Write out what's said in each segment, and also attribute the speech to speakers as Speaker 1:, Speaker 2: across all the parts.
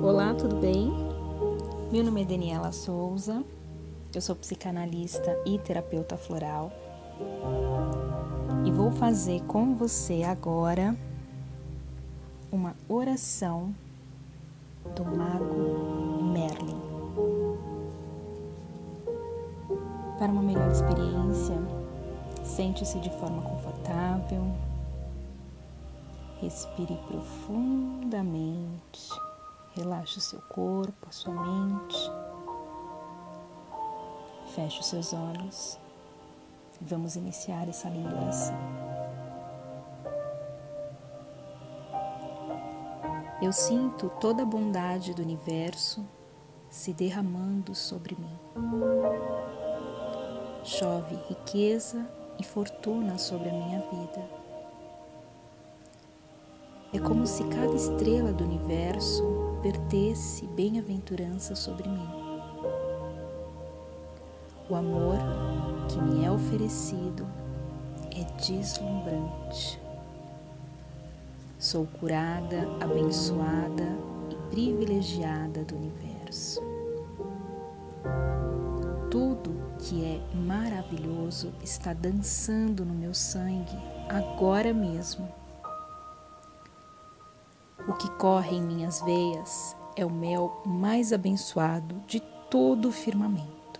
Speaker 1: Olá, tudo bem? Meu nome é Daniela Souza, eu sou psicanalista e terapeuta floral e vou fazer com você agora uma oração do Mago Merlin. Para uma melhor experiência, sente-se de forma confortável, respire profundamente, relaxe o seu corpo, a sua mente, feche os seus olhos e vamos iniciar essa linda oração. Eu sinto toda a bondade do universo se derramando sobre mim. Chove riqueza e fortuna sobre a minha vida. É como se cada estrela do universo vertesse bem-aventurança sobre mim. O amor que me é oferecido é deslumbrante. Sou curada, abençoada e privilegiada do universo. Tudo que é maravilhoso está dançando no meu sangue agora mesmo. O que corre em minhas veias é o mel mais abençoado de todo o firmamento.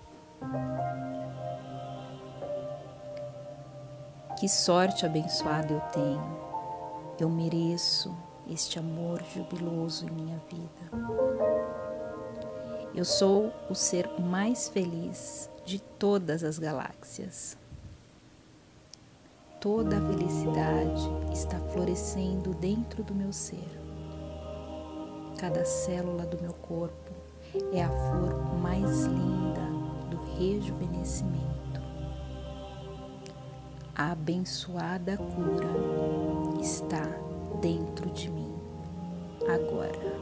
Speaker 1: Que sorte abençoada eu tenho! Eu mereço este amor jubiloso em minha vida. Eu sou o ser mais feliz de todas as galáxias. Toda a felicidade está florescendo dentro do meu ser. Cada célula do meu corpo é a flor mais linda do rejuvenescimento. A abençoada cura está dentro de mim agora.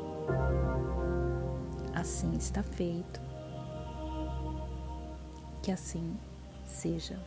Speaker 1: Assim está feito. Que assim seja.